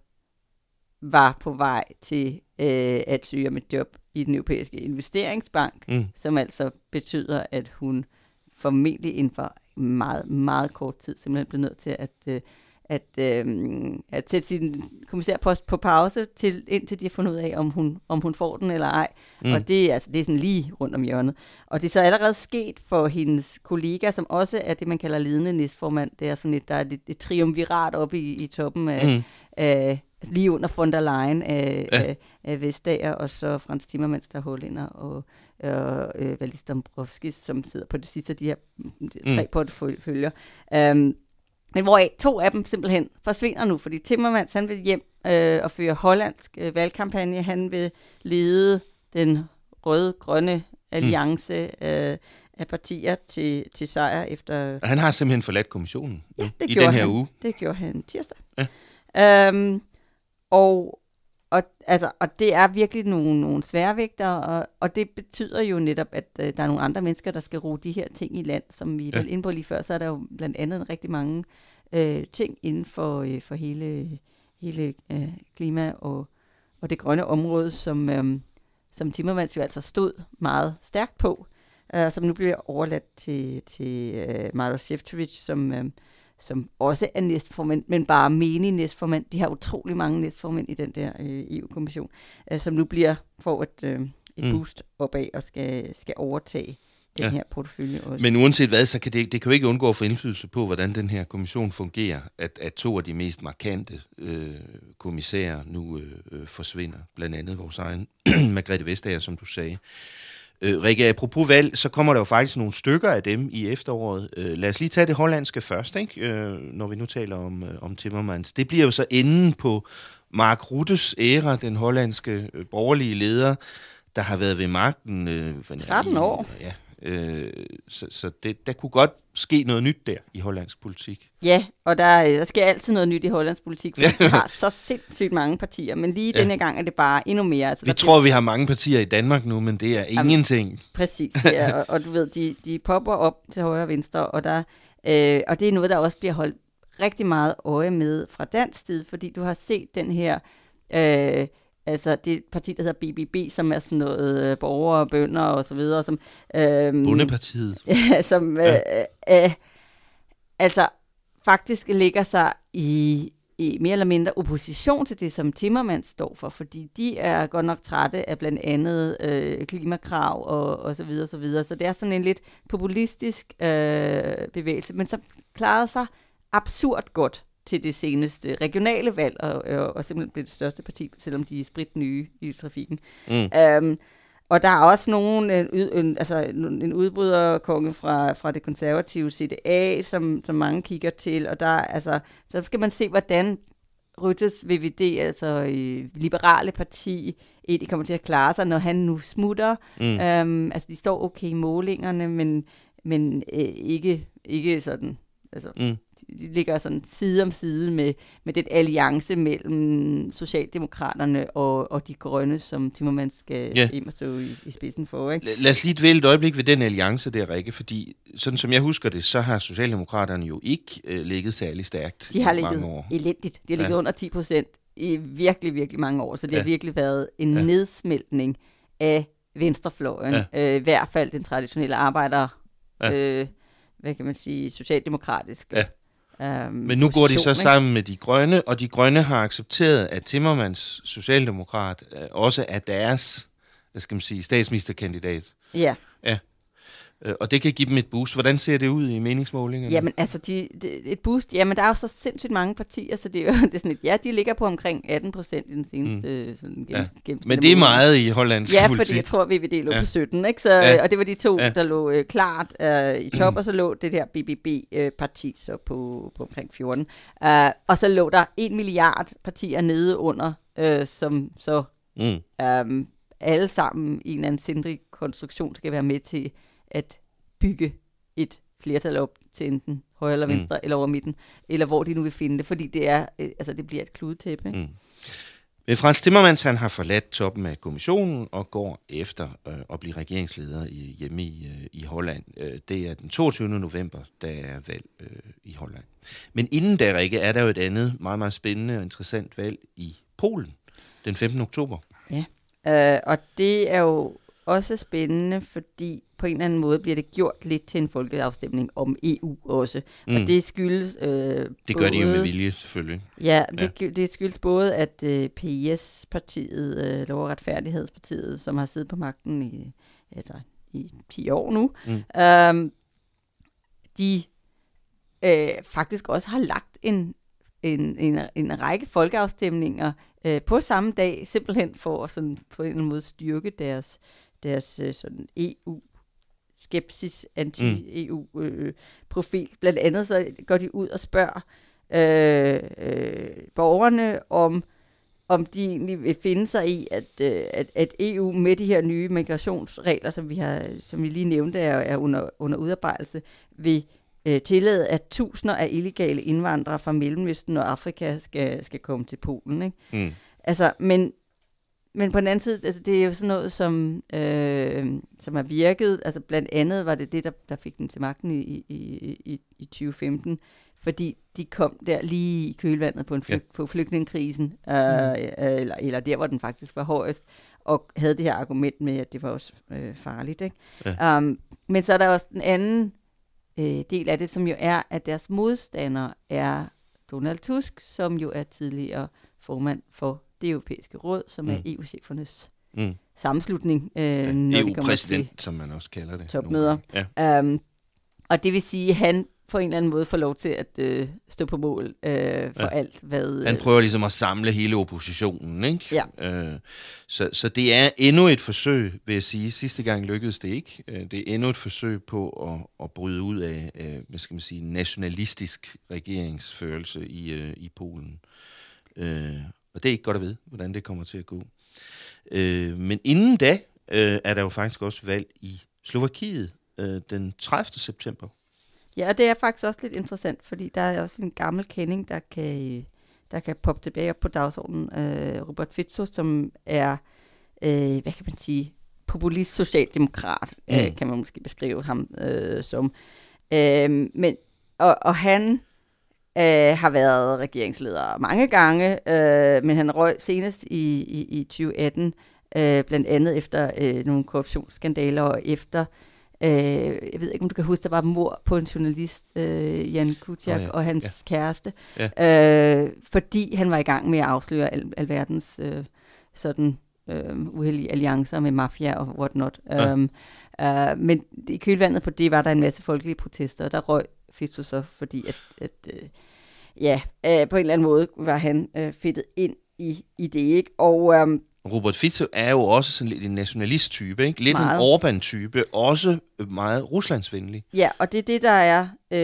var på vej til øh, at søge om et job i den europæiske investeringsbank, mm. som altså betyder, at hun formentlig inden for meget, meget kort tid simpelthen blev nødt til at, øh, at, øh, at sætte sin kommissærpost på pause, til, indtil de har fundet ud af, om hun, om hun får den eller ej. Mm. Og det, altså, det er sådan lige rundt om hjørnet. Og det er så allerede sket for hendes kollega, som også er det, man kalder ledende næstformand. Det er sådan et, der er et, et triumvirat oppe i, i toppen af, mm. af lige under von der Leyen af, ja. af, af Vestager, og så Frans Timmermans, der er Hollænder, og, og øh, Valdis Dombrovskis, som sidder på det sidste af de her tre mm. porteføljer. Um, men hvoraf to af dem simpelthen forsvinder nu, fordi Timmermans, han vil hjem øh, og føre hollandsk øh, valgkampagne. Han vil lede den røde-grønne alliance mm. øh, af partier til, til sejr efter... Han har simpelthen forladt kommissionen ja, det i den her han. uge. Det gjorde han tirsdag. Ja. Um, og, og, altså, og det er virkelig nogle, nogle sværvægter, og, og det betyder jo netop, at øh, der er nogle andre mennesker, der skal roe de her ting i land, som vi ja. var inde på lige før. Så er der jo blandt andet rigtig mange øh, ting inden for, øh, for hele, hele øh, klima og, og det grønne område, som, øh, som Timmermans jo altså stod meget stærkt på, øh, som nu bliver overladt til, til øh, Maros Šefčovič, som... Øh, som også er næstformand, men bare menig næstformand. De har utrolig mange næstformænd i den der øh, E U-kommission, øh, som nu bliver får et, øh, et mm. boost opad og skal, skal overtage den ja. her portefølje også. Men uanset hvad, så kan det, det kan jo ikke undgå at få indflydelse på, hvordan den her kommission fungerer, at, at to af de mest markante øh, kommissærer nu øh, forsvinder, blandt andet vores egen Margrethe Vestager, som du sagde. Øh, Rikke, apropos valg, så kommer der jo faktisk nogle stykker af dem i efteråret. Øh, lad os lige tage det hollandske først, ikke? Øh, når vi nu taler om, øh, om Timmermans. Det bliver jo så enden på Mark Rutte's æra, den hollandske øh, borgerlige leder, der har været ved magten. Øh, tretten år. Ja, øh, så så det, der kunne godt ske noget nyt der i hollandsk politik. Ja, og der, der sker altid noget nyt i hollandsk politik, for vi har så sindssygt mange partier, men lige ja. denne gang er det bare endnu mere. Altså, vi tror, bliver... vi har mange partier i Danmark nu, men det er Jamen, ingenting. Præcis, ja, og, og du ved, de, de popper op til højre og venstre, og, der, øh, og det er noget, der også bliver holdt rigtig meget øje med fra dansk side, fordi du har set den her... Øh, Altså det er et parti, der hedder B B B, som er sådan noget øh, borgere og bønder og så videre. Som, øh, Bondepartiet. Ja, som øh, ja. øh, altså faktisk ligger sig i, i mere eller mindre opposition til det, som Timmermans står for. Fordi de er godt nok trætte af blandt andet øh, klimakrav og, og så videre, så videre. Så det er sådan en lidt populistisk øh, bevægelse, men så klarede sig absurd godt til det seneste regionale valg, og, og, og simpelthen blev det største parti, selvom de er sprit nye i trafikken. Mm. Um, og der er også nogen, en, en, altså en udbryderkonge fra, fra det konservative C D A, som, som mange kigger til, og der, altså, så skal man se, hvordan Ruttes V V D, altså liberale parti, egentlig kommer til at klare sig, når han nu smutter. Mm. Um, altså, de står okay i målingerne, men, men øh, ikke, ikke sådan... Altså, mm. de, de ligger sådan side om side med, med den alliance mellem Socialdemokraterne og, og de grønne, som Timmermans skal yeah. hjem og stå i, i spidsen for. Ikke? Lad os lige dvæle et øjeblik ved den alliance der, Rikke, fordi sådan som jeg husker det, så har Socialdemokraterne jo ikke øh, ligget særlig stærkt de har i mange ligget år. elendigt. De har ligget ja. under ti procent i virkelig, virkelig mange år, så det ja. har virkelig været en ja. nedsmeltning af venstrefløjen. Ja. Øh, I hvert fald den traditionelle arbejder... Ja. Øh, hvad kan man sige, socialdemokratisk. Ja. Øhm, Men nu går de så sammen med de grønne, og de grønne har accepteret, at Timmermans socialdemokrat øh, også er deres, hvad skal man sige, statsministerkandidat. Ja. Ja. Øh, og det kan give dem et boost. Hvordan ser det ud i meningsmålingerne? Jamen altså, de, de, et boost, jamen der er jo så sindssygt mange partier, så det er jo det er sådan et, ja, de ligger på omkring atten procent i den seneste mm. sådan, gennem, ja. gennem Men det er meget i hollandsk ja, politik. Ja, fordi jeg tror, V V D lå ja. på sytten, ikke? Så, ja. Og det var de to, ja. der lå øh, klart øh, i top, og så lå det der B B B-parti øh, så på, på omkring fjorten. Uh, og så lå der en milliard partier nede under, øh, som så mm. øh, alle sammen i en anden sindrig konstruktion skal være med til at bygge et flertal op til enten højre eller venstre, mm. eller over midten, eller hvor de nu vil finde det, fordi det er, øh, altså det bliver et kludetæppe. Mm. Men Frans Timmermans, han har forladt toppen af kommissionen og går efter øh, at blive regeringsleder i, hjemme i, øh, i Holland. Øh, det er den toogtyvende november, der er valg øh, i Holland. Men inden da, Rikke, er der jo et andet meget, meget spændende og interessant valg i Polen den femtende oktober. Ja, øh, og det er jo også spændende, fordi på en eller anden måde bliver det gjort lidt til en folkeafstemning om E U også. Mm. Og det skyldes... Øh, det både, gør de jo med vilje, selvfølgelig. Ja, det, ja. det skyldes både, at øh, P I S-partiet, øh, Lov- og Retfærdighedspartiet, som har siddet på magten i, altså, i ti år nu, mm. øh, de øh, faktisk også har lagt en, en, en, en række folkeafstemninger øh, på samme dag, simpelthen for at sådan, på en eller anden måde styrke deres deres sådan E U-skepsis, anti-E U-profil. Øh, Blandt andet så går de ud og spørger øh, øh, borgerne, om, om de egentlig vil finde sig i, at, øh, at, at E U med de her nye migrationsregler, som vi, har, som vi lige nævnte, er, er under, under udarbejdelse, vil øh, tillade, at tusinder af illegale indvandrere fra Mellemøsten og Afrika skal, skal komme til Polen. Ikke? Mm. Altså, men Men på den anden side, altså det er jo sådan noget, som, øh, som har virket. Altså blandt andet var det det, der, der fik den til magten i, i, i, i tyve femten, fordi de kom der lige i kølvandet på, en flyg, ja. på flygtningekrisen, øh, mm. øh, eller, eller der, hvor den faktisk var højest, og havde det her argument med, at det var også øh, farligt. Ikke? Ja. Um, men så er der også den anden øh, del af det, som jo er, at deres modstander er Donald Tusk, som jo er tidligere formand for det europæiske råd, som mm. er E U-chefernes mm. sammenslutning. Øh, ja, E U-præsident, som man også kalder det. Topmøder. Ja. Um, og det vil sige, at han på en eller anden måde får lov til at øh, stå på mål øh, for ja. alt, hvad... Han prøver ligesom at samle hele oppositionen, ikke? Ja. Øh, så, så det er endnu et forsøg, vil jeg sige. Sidste gang lykkedes det ikke. Det er endnu et forsøg på at, at bryde ud af, øh, hvad skal man sige, nationalistisk regeringsførelse i, øh, i Polen. Øh, og det er ikke godt at vide, hvordan det kommer til at gå. Øh, men inden da øh, er der jo faktisk også valg i Slovakiet øh, den tredivte september. Ja, og det er faktisk også lidt interessant, fordi der er også en gammel kending, der kan, der kan poppe tilbage op på dagsordenen. Øh, Robert Fico, som er, øh, hvad kan man sige, populist-socialdemokrat, mm. øh, kan man måske beskrive ham øh, som. Øh, men, og, og han øh, har været regeringsleder mange gange, øh, men han røg senest i, i, i tyve atten, øh, blandt andet efter øh, nogle korruptionsskandaler og efter... Øh, jeg ved ikke, om du kan huske, der var mord på en journalist, øh, Jan Kuciak, oh, ja. og hans ja. kæreste, ja. Øh, fordi han var i gang med at afsløre al, alverdens øh, sådan øh, uheldige alliancer med mafia og whatnot. Ja. Um, øh, men i kølvandet på det var der en masse folkelige protester, og der røg Fico så, fordi at, at øh, ja, øh, på en eller anden måde var han øh, fedtet ind i, i det, ikke? Og øh, Robert Fico er jo også sådan lidt en nationalist-type, ikke? Lidt meget. En Orbán-type, også meget ruslandsvenlig. Ja, og det er det, der er,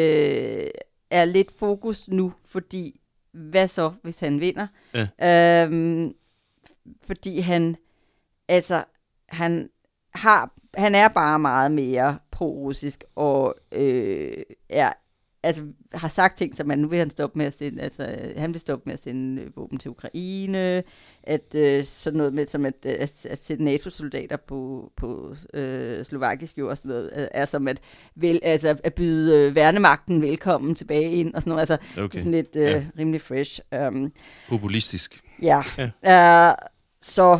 øh, er lidt fokus nu, fordi hvad så, hvis han vinder? Ja. Øhm, fordi han, altså, han har, han er bare meget mere pro-russisk, og øh, er altså har sagt ting, som man nu vil han stoppe med at sende, altså han vil stoppe med at sende våben til Ukraine, at øh, sådan noget med, som at, at, at sætte NATO-soldater på, på øh, slovakisk jord og sådan noget, er som at, vel, altså, at byde øh, værnemagten velkommen tilbage ind, og sådan noget, altså okay. sådan lidt øh, ja. rimelig fresh. Um, Populistisk. Ja, ja. Uh, så,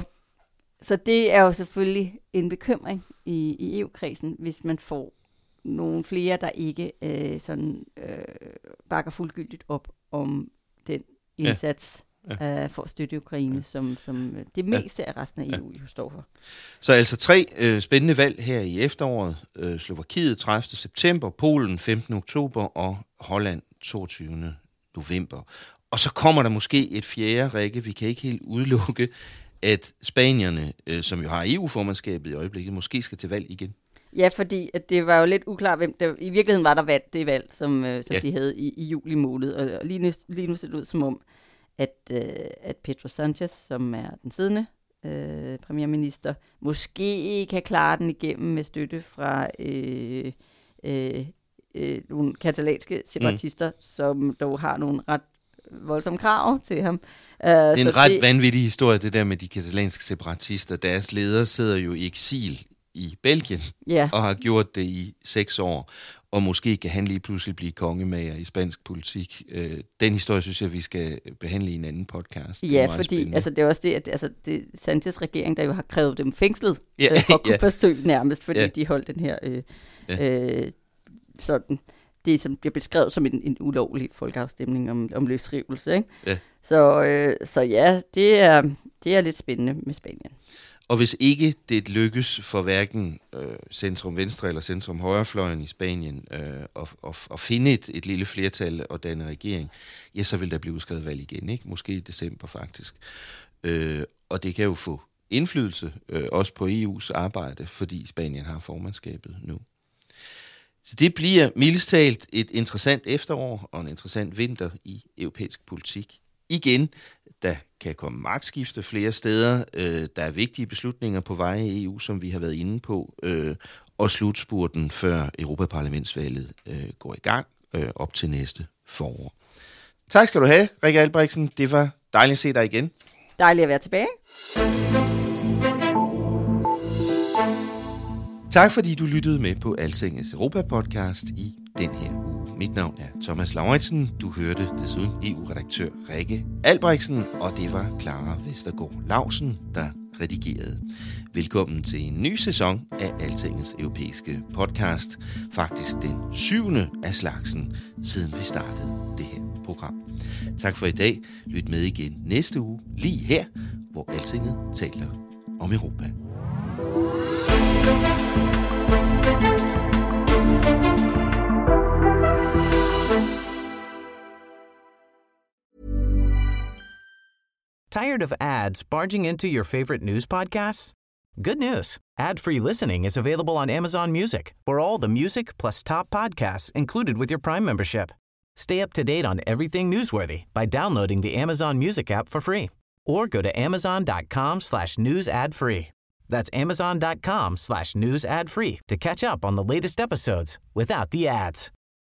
så det er jo selvfølgelig en bekymring i, i E U-kredsen, hvis man får nogle flere, der ikke øh, sådan øh, bakker fuldgyldigt op om den indsats ja. Ja. Øh, for at støtte Ukraine, ja. som, som det meste ja. af resten af E U ja. jo står for. Så altså tre øh, spændende valg her i efteråret. Øh, Slovakiet tredivte september, Polen femtende oktober og Holland toogtyvende november. Og så kommer der måske et fjerde, Rikke. Vi kan ikke helt udelukke, at spanierne, øh, som jo har E U-formandskabet i øjeblikket, måske skal til valg igen. Ja, fordi at det var jo lidt uklart, hvem der, i virkeligheden var der valgt det valg, som, øh, som ja. de havde i, i juli måned. Og, og lige, nu, lige nu ser det ud som om, at, øh, at Pedro Sanchez, som er den siddende øh, premierminister, måske kan klare den igennem med støtte fra øh, øh, øh, nogle katalanske separatister, mm. som dog har nogle ret voldsomme krav til ham. Uh, det er en ret det... vanvittig historie, det der med de katalanske separatister. Deres ledere sidder jo i eksil i Belgien, yeah. og har gjort det i seks år, og måske kan han lige pludselig blive kongemager i spansk politik. Øh, den historie synes jeg, vi skal behandle i en anden podcast. Ja, fordi altså, det er også det, at altså, det Sanchez regering, der jo har krævet dem fængslet, yeah. øh, for at kunne yeah. forsøge nærmest, fordi yeah. de holdt den her øh, yeah. øh, sådan, det som bliver beskrevet som en, en ulovlig folkeafstemning om, om løsrivelse. Ikke? Yeah. Så, øh, så ja, det er, det er lidt spændende med Spanien. Og hvis ikke det lykkes for hverken øh, centrum-venstre eller centrum-højrefløjen i Spanien øh, at, at, at finde et, et lille flertal og danne regering, ja, så vil der blive udskrevet valg igen, ikke? Måske i december faktisk. Øh, og det kan jo få indflydelse øh, også på E U's arbejde, fordi Spanien har formandskabet nu. Så det bliver mildest talt et interessant efterår og en interessant vinter i europæisk politik. Igen, der kan komme magtskifte flere steder. Øh, der er vigtige beslutninger på vej i E U, som vi har været inde på. Øh, og slutspurten før Europaparlamentsvalget øh, går i gang øh, op til næste forår. Tak skal du have, Rikke Albrechtsen. Det var dejligt at se dig igen. Dejligt at være tilbage. Tak fordi du lyttede med på Altingets Europa-podcast i den her uge. Mit navn er Thomas Lauritsen. Du hørte desuden E U-redaktør Rikke Albrechtsen, og det var Clara Vestergaard Lausen, der redigerede. Velkommen til en ny sæson af Altingets europæiske podcast. Faktisk den syvende af slagsen, siden vi startede det her program. Tak for i dag. Lyt med igen næste uge, lige her, hvor Altinget taler om Europa. Thank you. Tired of ads barging into your favorite news podcasts? Good news. Ad-free listening is available on Amazon Music for all the music plus top podcasts included with your Prime membership. Stay up to date on everything newsworthy by downloading the Amazon Music app for free or go to amazon.com slash news ad free. That's amazon.com slash news ad free to catch up on the latest episodes without the ads.